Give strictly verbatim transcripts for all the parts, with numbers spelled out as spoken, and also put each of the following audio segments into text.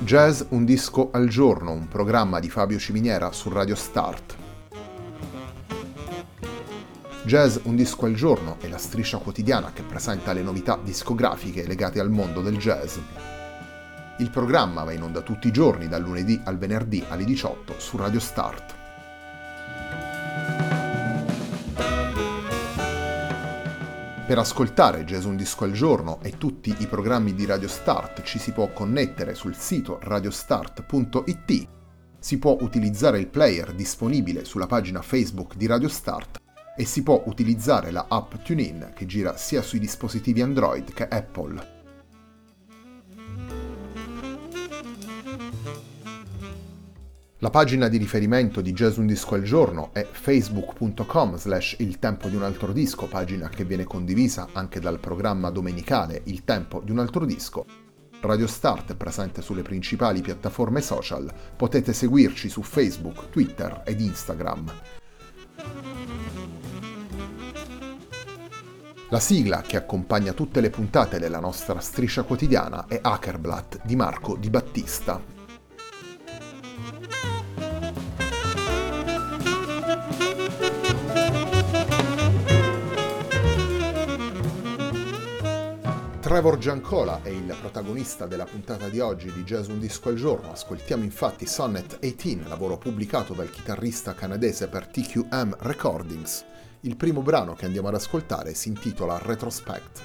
Jazz un disco al giorno, un programma di Fabio Ciminiera su Radio Start. Jazz un disco al giorno è la striscia quotidiana che presenta le novità discografiche legate al mondo del jazz. Il programma va in onda tutti i giorni dal lunedì al venerdì alle diciotto su Radio Start. Per ascoltare Jazz un disco al giorno e tutti i programmi di Radio Start ci si può connettere sul sito radiostart punto it, si può utilizzare il player disponibile sulla pagina Facebook di Radio Start e si può utilizzare la app TuneIn che gira sia sui dispositivi Android che Apple. La pagina di riferimento di Jazz un disco al giorno è facebook punto com slash il tempo di un altro disco, pagina che viene condivisa anche dal programma domenicale Il tempo di un altro disco. Radio Start è presente sulle principali piattaforme social, potete seguirci su Facebook, Twitter ed Instagram. La sigla che accompagna tutte le puntate della nostra striscia quotidiana è Hackerblatt di Marco Di Battista. Trevor Giancola è il protagonista della puntata di oggi di Jazz un disco al giorno. Ascoltiamo infatti Sonnet diciotto, lavoro pubblicato dal chitarrista canadese per T Q M Recordings. Il primo brano che andiamo ad ascoltare si intitola Retrospect.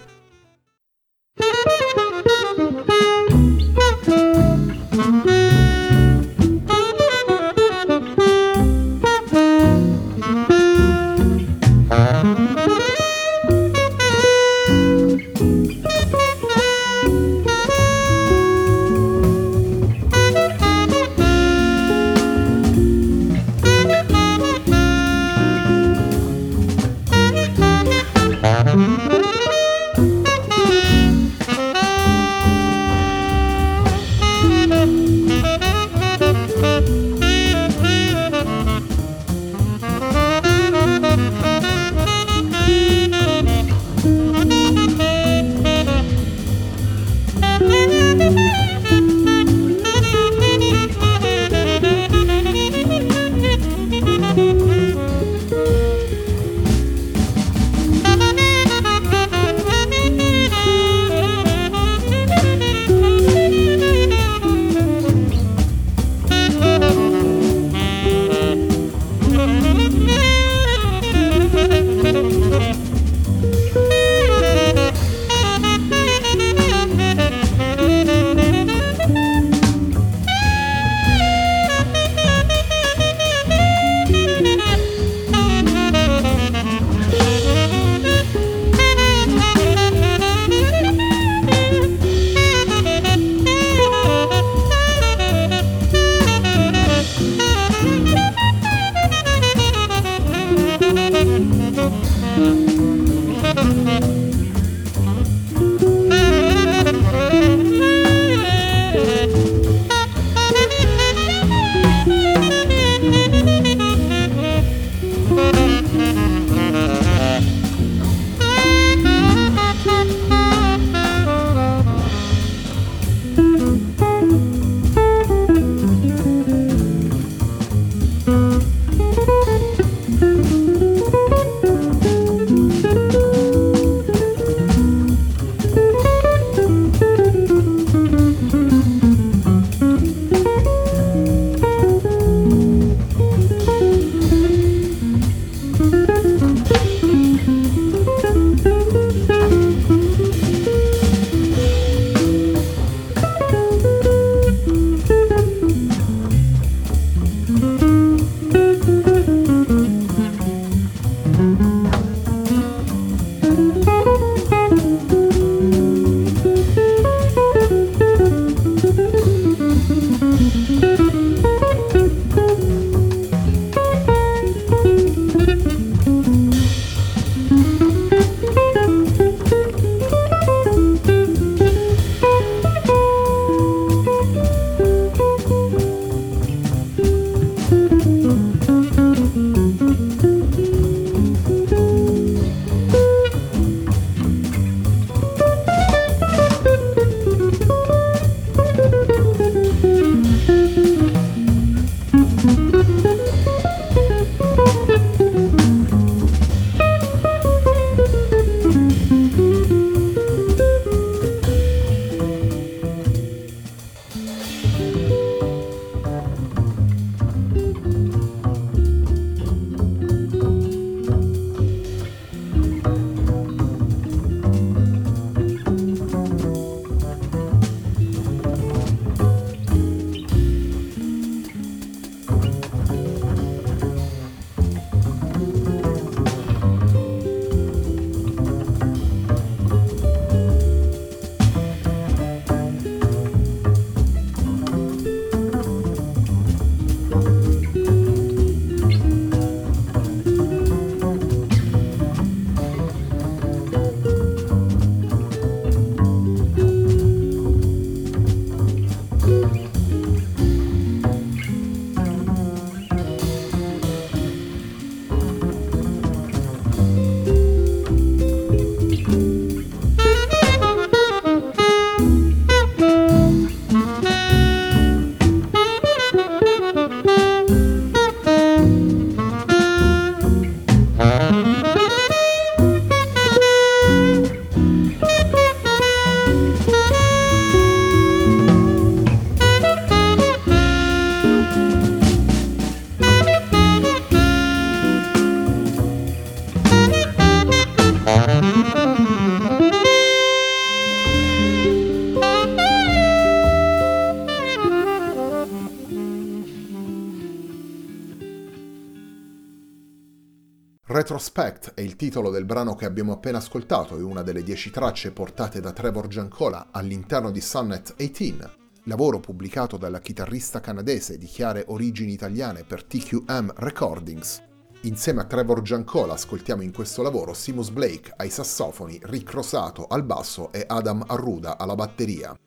Retrospect è il titolo del brano che abbiamo appena ascoltato e una delle dieci tracce portate da Trevor Giancola all'interno di Sonnet diciotto, lavoro pubblicato dalla chitarrista canadese di chiare origini italiane per T Q M Recordings. Insieme a Trevor Giancola ascoltiamo in questo lavoro Seamus Blake ai sassofoni, Rick Rosato al basso e Adam Arruda alla batteria.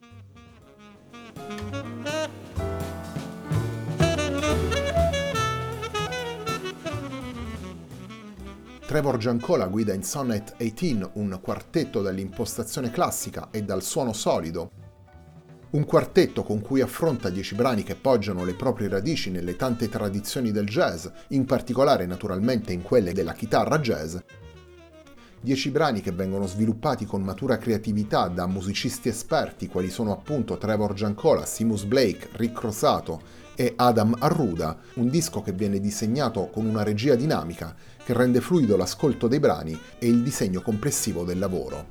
Trevor Giancola guida in Sonnet diciotto un quartetto dall'impostazione classica e dal suono solido. Un quartetto con cui affronta dieci brani che poggiano le proprie radici nelle tante tradizioni del jazz, in particolare naturalmente in quelle della chitarra jazz. Dieci brani che vengono sviluppati con matura creatività da musicisti esperti quali sono appunto Trevor Giancola, Seamus Blake, Rick Rosato e Adam Arruda, un disco che viene disegnato con una regia dinamica che rende fluido l'ascolto dei brani e il disegno complessivo del lavoro.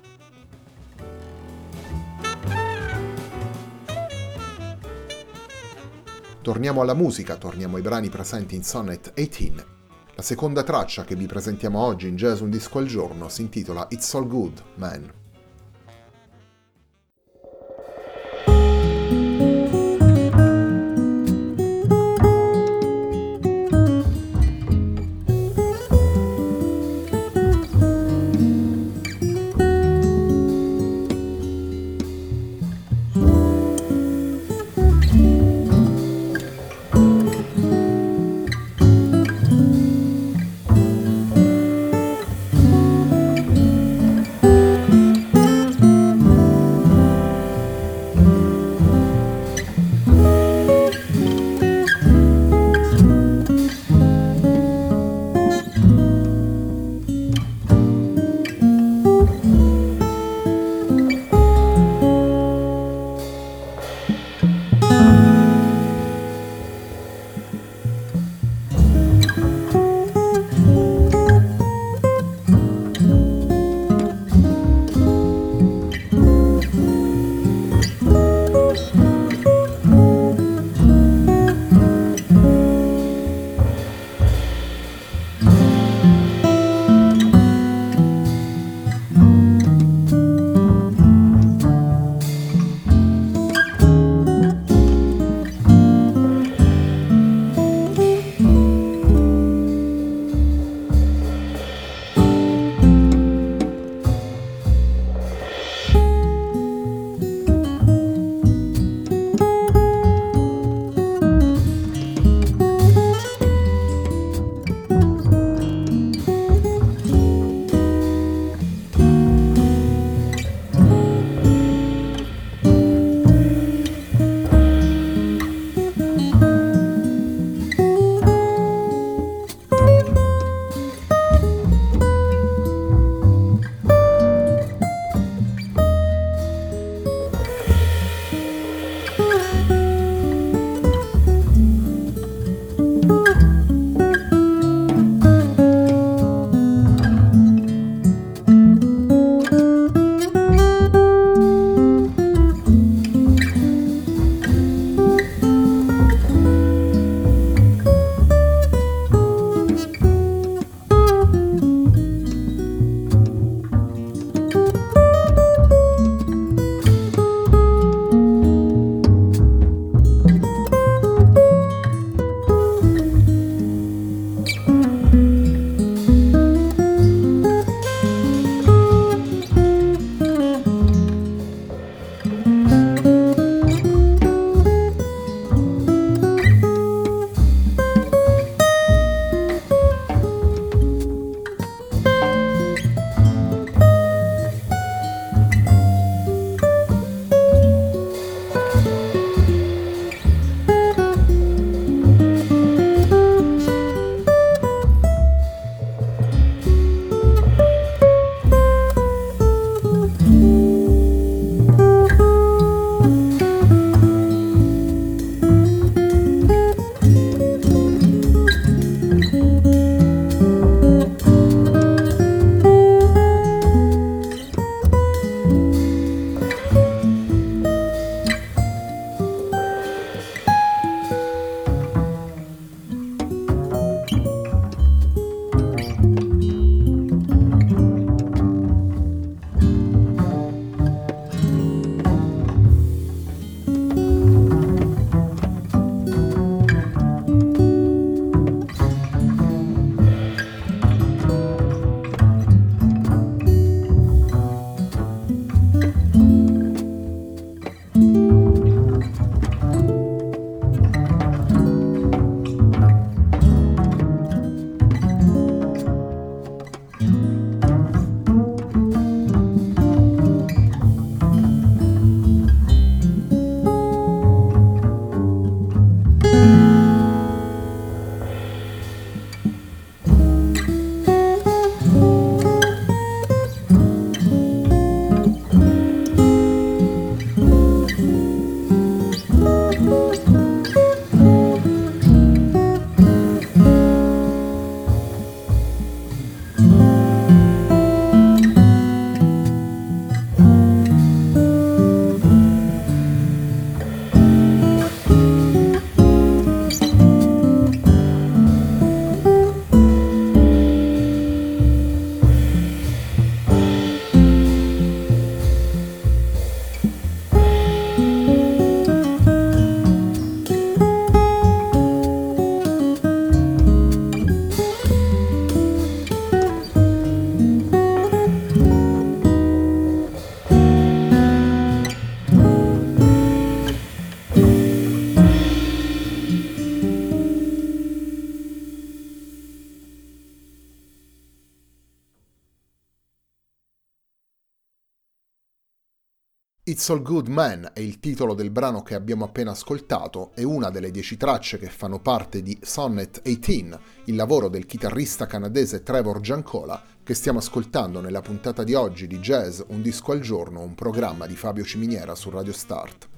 Torniamo alla musica, torniamo ai brani presenti in Sonnet diciotto. La seconda traccia che vi presentiamo oggi in Jazz Un Disco al Giorno si intitola It's All Good, Man. It's All Good Man è il titolo del brano che abbiamo appena ascoltato e una delle dieci tracce che fanno parte di Sonnet diciotto, il lavoro del chitarrista canadese Trevor Giancola, che stiamo ascoltando nella puntata di oggi di Jazz Un Disco al Giorno, un programma di Fabio Ciminiera su Radio Start.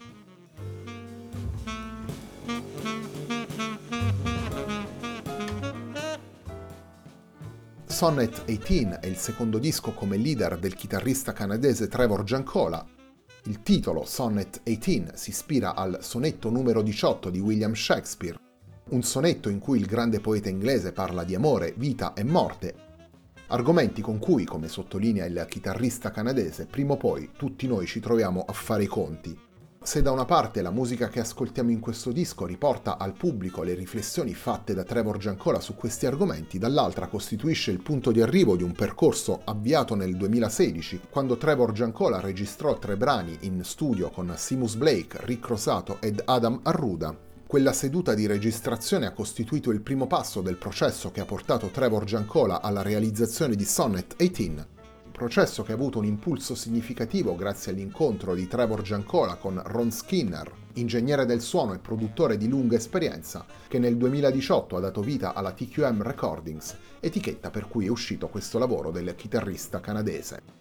Sonnet diciotto è il secondo disco come leader del chitarrista canadese Trevor Giancola. Il titolo Sonnet diciotto si ispira al sonetto numero diciotto di William Shakespeare, un sonetto in cui il grande poeta inglese parla di amore, vita e morte, argomenti con cui, come sottolinea il chitarrista canadese, prima o poi tutti noi ci troviamo a fare i conti. Se da una parte la musica che ascoltiamo in questo disco riporta al pubblico le riflessioni fatte da Trevor Giancola su questi argomenti, dall'altra costituisce il punto di arrivo di un percorso avviato nel duemilasedici, quando Trevor Giancola registrò tre brani in studio con Seamus Blake, Rick Rosato ed Adam Arruda. Quella seduta di registrazione ha costituito il primo passo del processo che ha portato Trevor Giancola alla realizzazione di Sonnet diciotto, processo che ha avuto un impulso significativo grazie all'incontro di Trevor Giancola con Ron Skinner, ingegnere del suono e produttore di lunga esperienza, che nel duemiladiciotto ha dato vita alla T Q M Recordings, etichetta per cui è uscito questo lavoro del chitarrista canadese.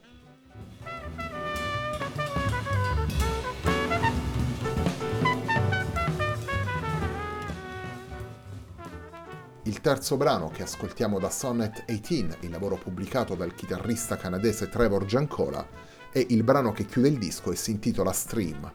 Il terzo brano che ascoltiamo da Sonnet diciotto, il lavoro pubblicato dal chitarrista canadese Trevor Giancola, è il brano che chiude il disco e si intitola Stream.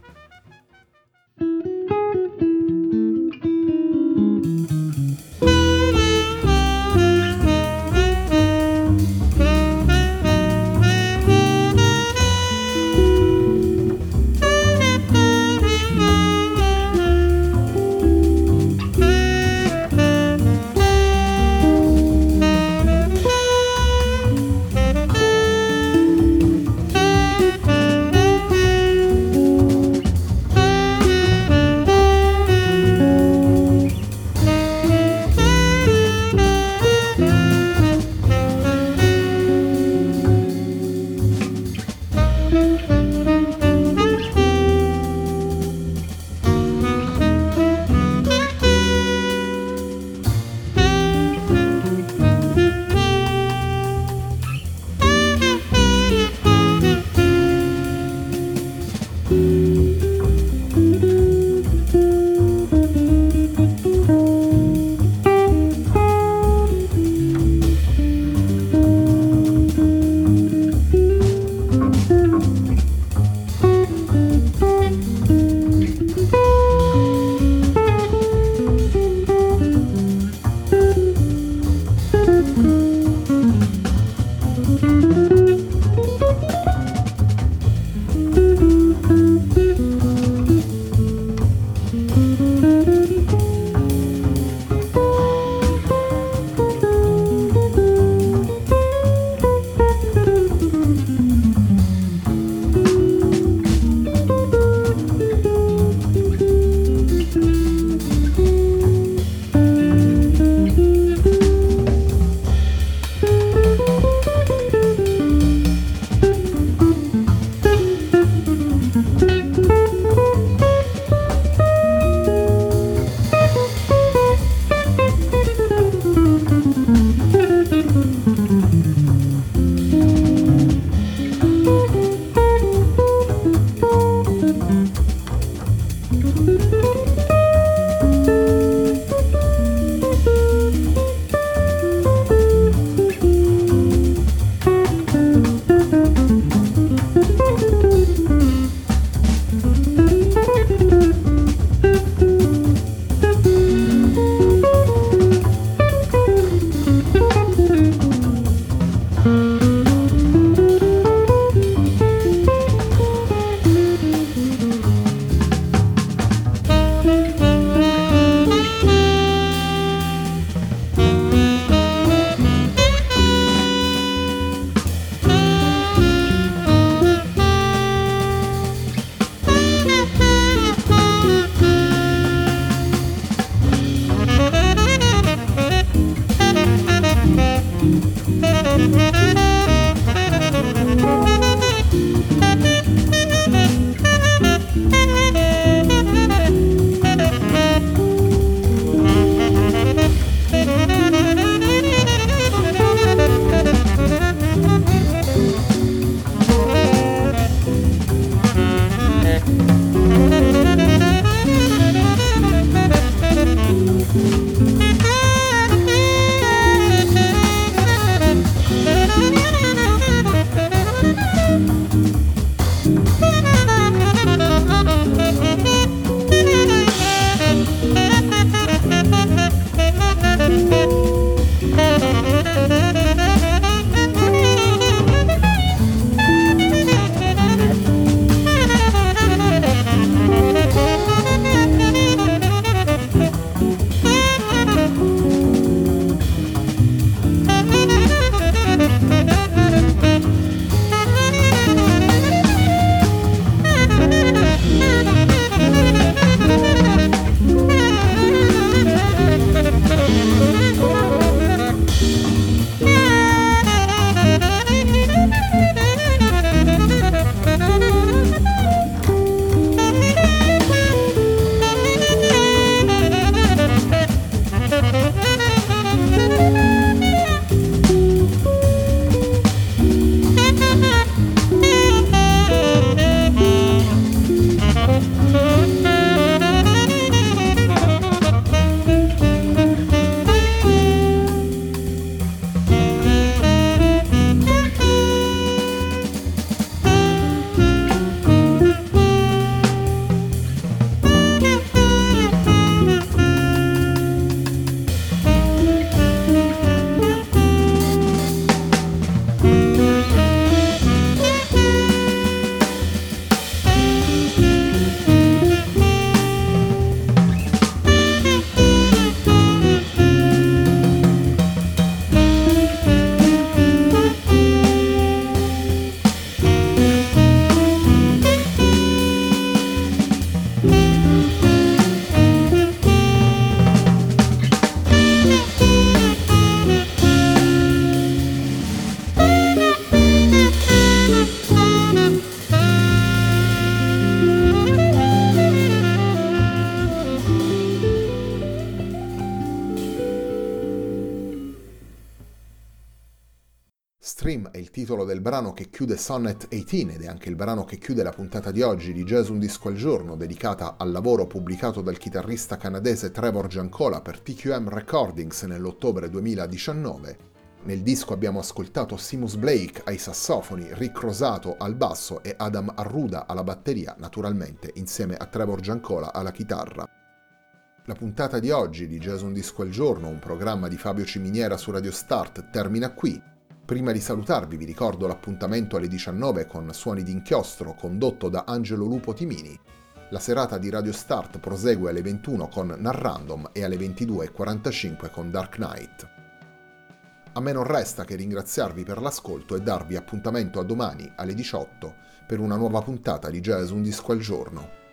Stream è il titolo del brano che chiude Sonnet diciotto ed è anche il brano che chiude la puntata di oggi di Jazz Un Disco al Giorno, dedicata al lavoro pubblicato dal chitarrista canadese Trevor Giancola per T Q M Recordings nell'ottobre duemiladiciannove. Nel disco abbiamo ascoltato Seamus Blake ai sassofoni, Rick Rosato al basso e Adam Arruda alla batteria, naturalmente insieme a Trevor Giancola alla chitarra. La puntata di oggi di Jazz Un Disco al Giorno, un programma di Fabio Ciminiera su Radio Start, termina qui. Prima di salutarvi vi ricordo l'appuntamento alle diciannove con Suoni d'Inchiostro condotto da Angelo Lupo Timini. La serata di Radio Start prosegue alle ventuno con Narrandom e alle ventidue e quarantacinque con Dark Knight. A me non resta che ringraziarvi per l'ascolto e darvi appuntamento a domani alle diciotto per una nuova puntata di Jazz Un Disco al Giorno.